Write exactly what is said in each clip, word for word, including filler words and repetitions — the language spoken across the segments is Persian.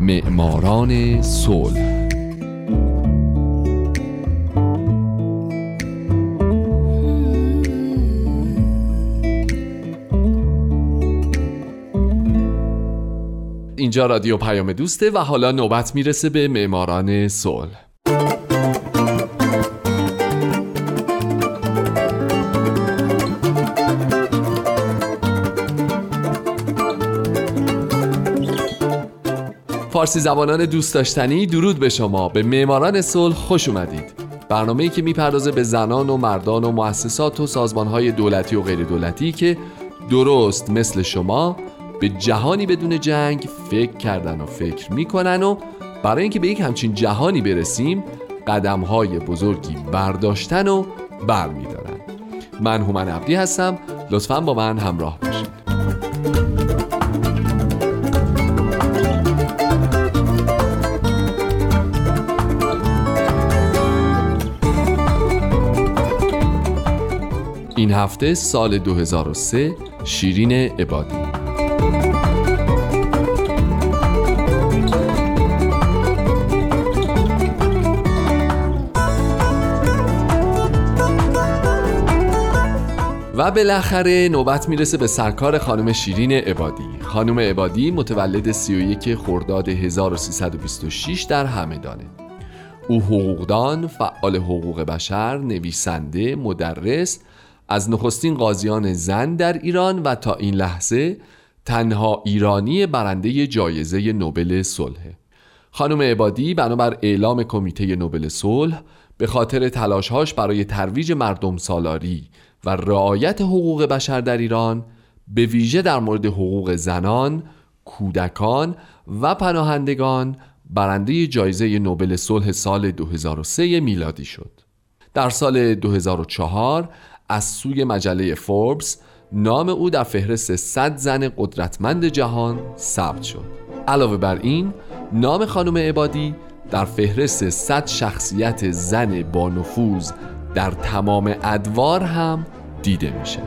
معماران صلح. اینجا رادیو پیام دوسته و حالا نوبت میرسه به معماران صلح. فارسی زبانان دوست داشتنی، درود به شما. به معماران صلح خوش اومدید. برنامه‌ای که میپردازه به زنان و مردان و مؤسسات و سازمان‌های دولتی و غیر دولتی که درست مثل شما به جهانی بدون جنگ فکر کردن و فکر میکنن و برای اینکه به یک همچین جهانی برسیم قدم‌های بزرگی برداشتن و برمیدارن. من هومن عبدی هستم. لطفاً با من همراه باشید. این هفته سال دو هزار و سه، شیرین عبادی. و بالاخره نوبت میرسه به سرکار خانم شیرین عبادی. خانم عبادی متولد سی و یک خرداد هزار و سیصد و بیست و شش در همدانه. او حقوقدان، فعال حقوق بشر، نویسنده، مدرس، از نخستین قاضیان زن در ایران و تا این لحظه تنها ایرانی برنده جایزه نوبل صلح. خانم عبادی بنابر اعلام کمیته نوبل صلح به خاطر تلاش‌هاش برای ترویج مردم سالاری و رعایت حقوق بشر در ایران، به ویژه در مورد حقوق زنان، کودکان و پناهندگان، برنده جایزه نوبل صلح سال دو هزار و سه میلادی شد. در سال دو هزار و چهار از سوی مجله فوربس نام او در فهرست صد زن قدرتمند جهان ثبت شد. علاوه بر این، نام خانم عبادی در فهرست صد شخصیت زن با نفوذ در تمام ادوار هم دیده میشه.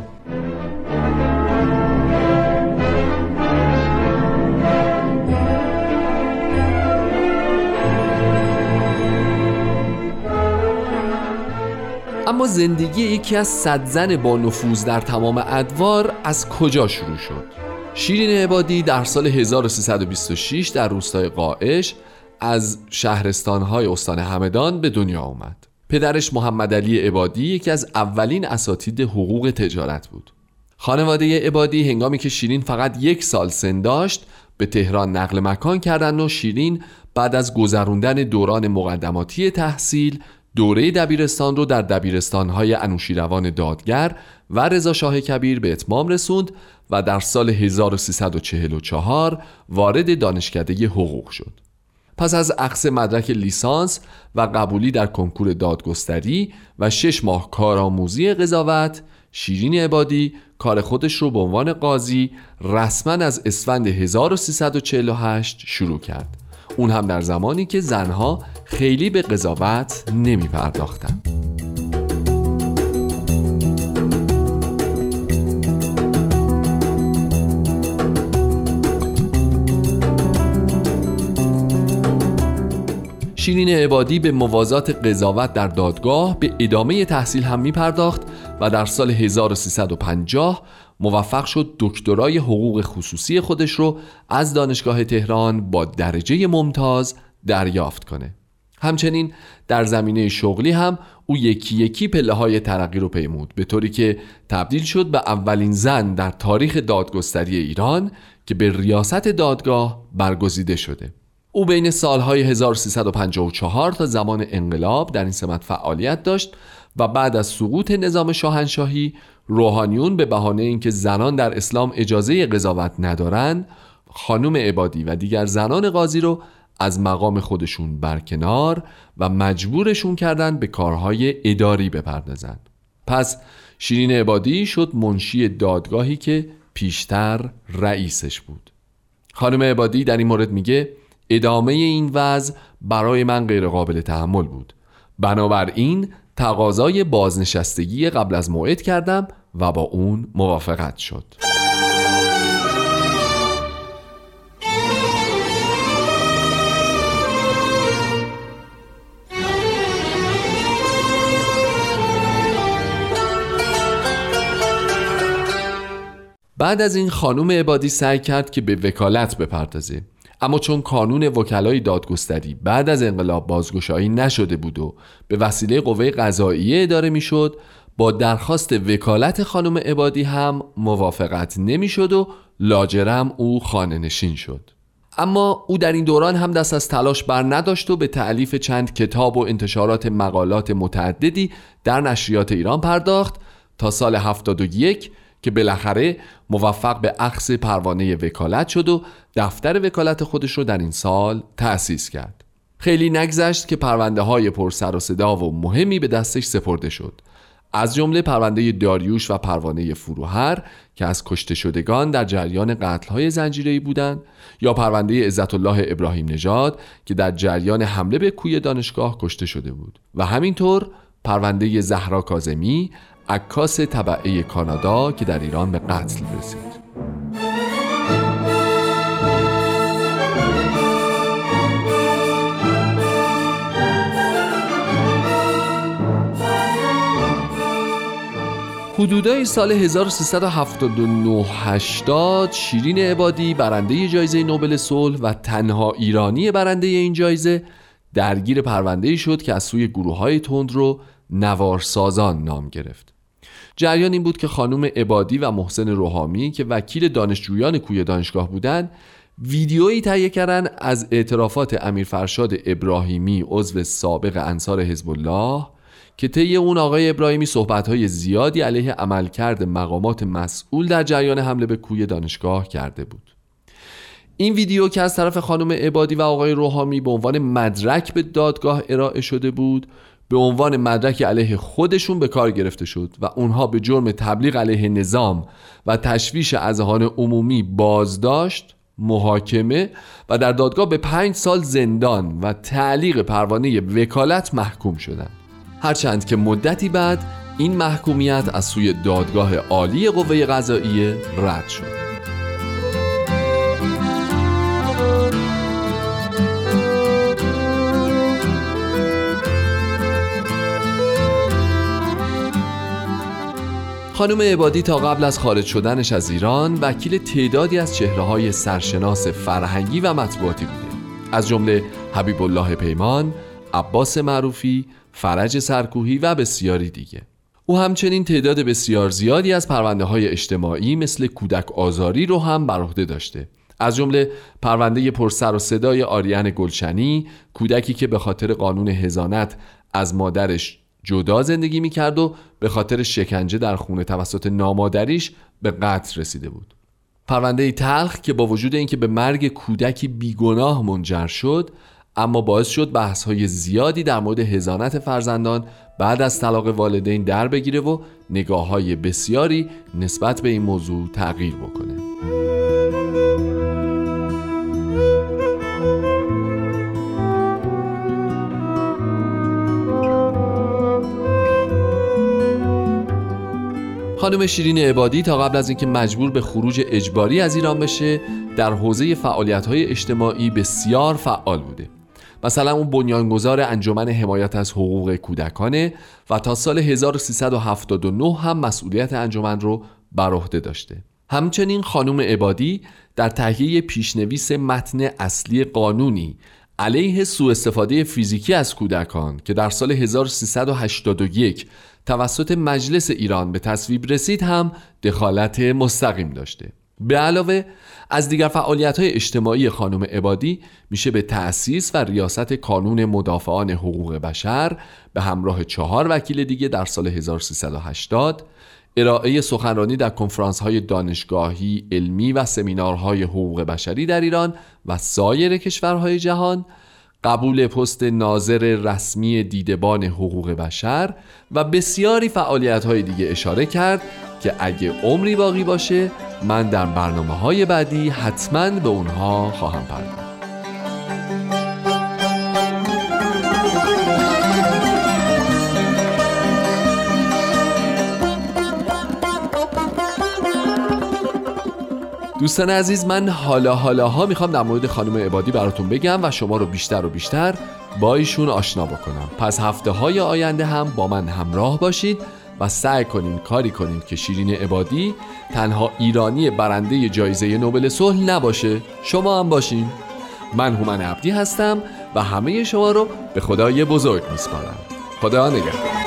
اما زندگی یکی از صد زن با نفوذ در تمام ادوار از کجا شروع شد؟ شیرین عبادی در سال هزار و سیصد و بیست و شش در روستای قائش از شهرستان‌های استان همدان به دنیا آمد. پدرش محمد علی عبادی یکی از اولین اساتید حقوق تجارت بود. خانواده عبادی هنگامی که شیرین فقط یک سال سن داشت به تهران نقل مکان کردند و شیرین بعد از گذراندن دوران مقدماتی تحصیل دوره دبیرستان رو در دبیرستان‌های انوشیروان دادگر و رضا شاه کبیر به اتمام رسوند و در سال هزار و سیصد و چهل و چهار وارد دانشکده حقوق شد. پس از اخذ مدرک لیسانس و قبولی در کنکور دادگستری و شش ماه کارآموزی قضاوت، شیرین عبادی کار خودش رو به عنوان قاضی رسما از اسفند هزار و سیصد و چهل و هشت شروع کرد. اون هم در زمانی که زنها خیلی به قضاوت نمی پرداختن. شیرین عبادی به موازات قضاوت در دادگاه به ادامه تحصیل هم می پرداخت و در سال هزار و سیصد و پنجاه موفق شد دکترای حقوق خصوصی خودش رو از دانشگاه تهران با درجه ممتاز دریافت کنه. همچنین در زمینه شغلی هم او یکی یکی پله های ترقی رو پیمود، به طوری که تبدیل شد به اولین زن در تاریخ دادگستری ایران که به ریاست دادگاه برگزیده شده. او بین سالهای هزار و سیصد و پنجاه و چهار تا زمان انقلاب در این سمت فعالیت داشت و بعد از سقوط نظام شاهنشاهی روحانیون به بهانه اینکه زنان در اسلام اجازه قضاوت ندارن، خانم عبادی و دیگر زنان قاضی رو از مقام خودشون برکنار و مجبورشون کردن به کارهای اداری بپردازن. پس شیرین عبادی شد منشی دادگاهی که پیشتر رئیسش بود. خانم عبادی در این مورد میگه ادامه این وضع برای من غیر قابل تحمل بود. بنابراین تقاضای بازنشستگی قبل از موعد کردم و با اون موافقت شد. بعد از این خانم عبادی سعی کرد که به وکالت بپردازه، اما چون کانون وکلای دادگستری بعد از انقلاب بازگشایی نشده بود و به وسیله قوه قضاییه اداره میشد، با درخواست وکالت خانم عبادی هم موافقت نمیشد و لاجرم او خانه نشین شد. اما او در این دوران هم دست از تلاش بر نداشت و به تألیف چند کتاب و انتشارات مقالات متعددی در نشریات ایران پرداخت تا سال هفتاد و یک که بالاخره موفق به اخذ پروانه وکالت شد و دفتر وکالت خودش رو در این سال تأسیس کرد. خیلی نگذشت که پرونده های پر سر و صدا و مهمی به دستش سپرده شد، از جمله پرونده داریوش و پروانه فروهر که از کشته شدگان در جریان قتل‌های زنجیره‌ای بودند، یا پرونده عزت الله ابراهیم نژاد که در جریان حمله به کوی دانشگاه کشته شده بود، و همینطور پرونده زهرا کاظمی، عکاس تبعه کانادا که در ایران به قتل رسید. حدودای سال هزار و سیصد و هفتاد و نه هشتاد شیرین عبادی، برنده جایزه نوبل صلح و تنها ایرانی برنده این جایزه، درگیر پرونده‌ای شد که از سوی گروه‌های تندرو نوارسازان نام گرفت. جریان این بود که خانم عبادی و محسن روحامی که وکیل دانشجویان کوی دانشگاه بودند، ویدیویی تهیه کردن از اعترافات امیر فرشاد ابراهیمی عضو سابق انصار حزب الله که طی اون آقای ابراهیمی صحبت‌های زیادی علیه عملکرد مقامات مسئول در جریان حمله به کوی دانشگاه کرده بود. این ویدیو که از طرف خانم عبادی و آقای روحامی به عنوان مدرک به دادگاه ارائه شده بود، به عنوان مدرک علیه خودشون به کار گرفته شد و اونها به جرم تبلیغ علیه نظام و تشویش اذهان عمومی بازداشت، محاکمه و در دادگاه به پنج سال زندان و تعلیق پروانه وکالت محکوم شدند. هرچند که مدتی بعد این محکومیت از سوی دادگاه عالی قوه قضاییه رد شد. خانم عبادی تا قبل از خارج شدنش از ایران وکیل تعدادی از چهره‌های سرشناس فرهنگی و مطبوعاتی بوده، از جمله حبیب الله پیمان، عباس معروفی، فرج سرکوهی و بسیاری دیگه. او همچنین تعداد بسیار زیادی از پرونده‌های اجتماعی مثل کودک آزاری رو هم بر عهده داشته، از جمله پرونده پرسر و صدای آریان گلشنی، کودکی که به خاطر قانون حضانت از مادرش جدا زندگی میکرد و به خاطر شکنجه در خونه توسط نامادریش به قتل رسیده بود. پرونده تلخ که با وجود اینکه به مرگ کودکی بیگناه منجر شد، اما باعث شد بحث‌های زیادی در مورد حضانت فرزندان بعد از طلاق والدین در بگیره و نگاه‌های بسیاری نسبت به این موضوع تغییر بکنه. خانم شیرین عبادی تا قبل از اینکه مجبور به خروج اجباری از ایران بشه، در حوزه فعالیت‌های اجتماعی بسیار فعال بوده. مثلا اون بنیانگذار انجمن حمایت از حقوق کودکانه و تا سال هزار و سیصد و هفتاد و نه هم مسئولیت انجمن رو بر عهده داشته. همچنین خانم عبادی در تهیه پیشنویس متن اصلی قانونی علیه سوء استفاده فیزیکی از کودکان که در سال هزار و سیصد و هشتاد و یک توسط مجلس ایران به تصویب رسید هم دخالت مستقیم داشته. به علاوه از دیگر فعالیت‌های اجتماعی خانم عبادی میشه به تأسیس و ریاست کانون مدافعان حقوق بشر به همراه چهار وکیل دیگه در سال هزار و سیصد و هشتاد، ارائه سخنرانی در کنفرانس‌های دانشگاهی، علمی و سمینارهای حقوق بشری در ایران و سایر کشورهای جهان، قبول پست ناظر رسمی دیدبان حقوق بشر و بسیاری فعالیت‌های دیگه اشاره کرد که اگه عمری باقی باشه من در برنامه‌های بعدی حتماً به اونها خواهم پرداخت. دوستان عزیز، من حالا حالاها میخوام در مورد خانم عبادی براتون بگم و شما رو بیشتر و بیشتر با ایشون آشنا بکنم. پس هفته های آینده هم با من همراه باشید و سعی کنین کاری کنین که شیرین عبادی تنها ایرانی برنده جایزه نوبل صلح نباشه، شما هم باشین. من هومن عبدی هستم و همه شما رو به خدای بزرگ میسپارم. خدا نگهدار.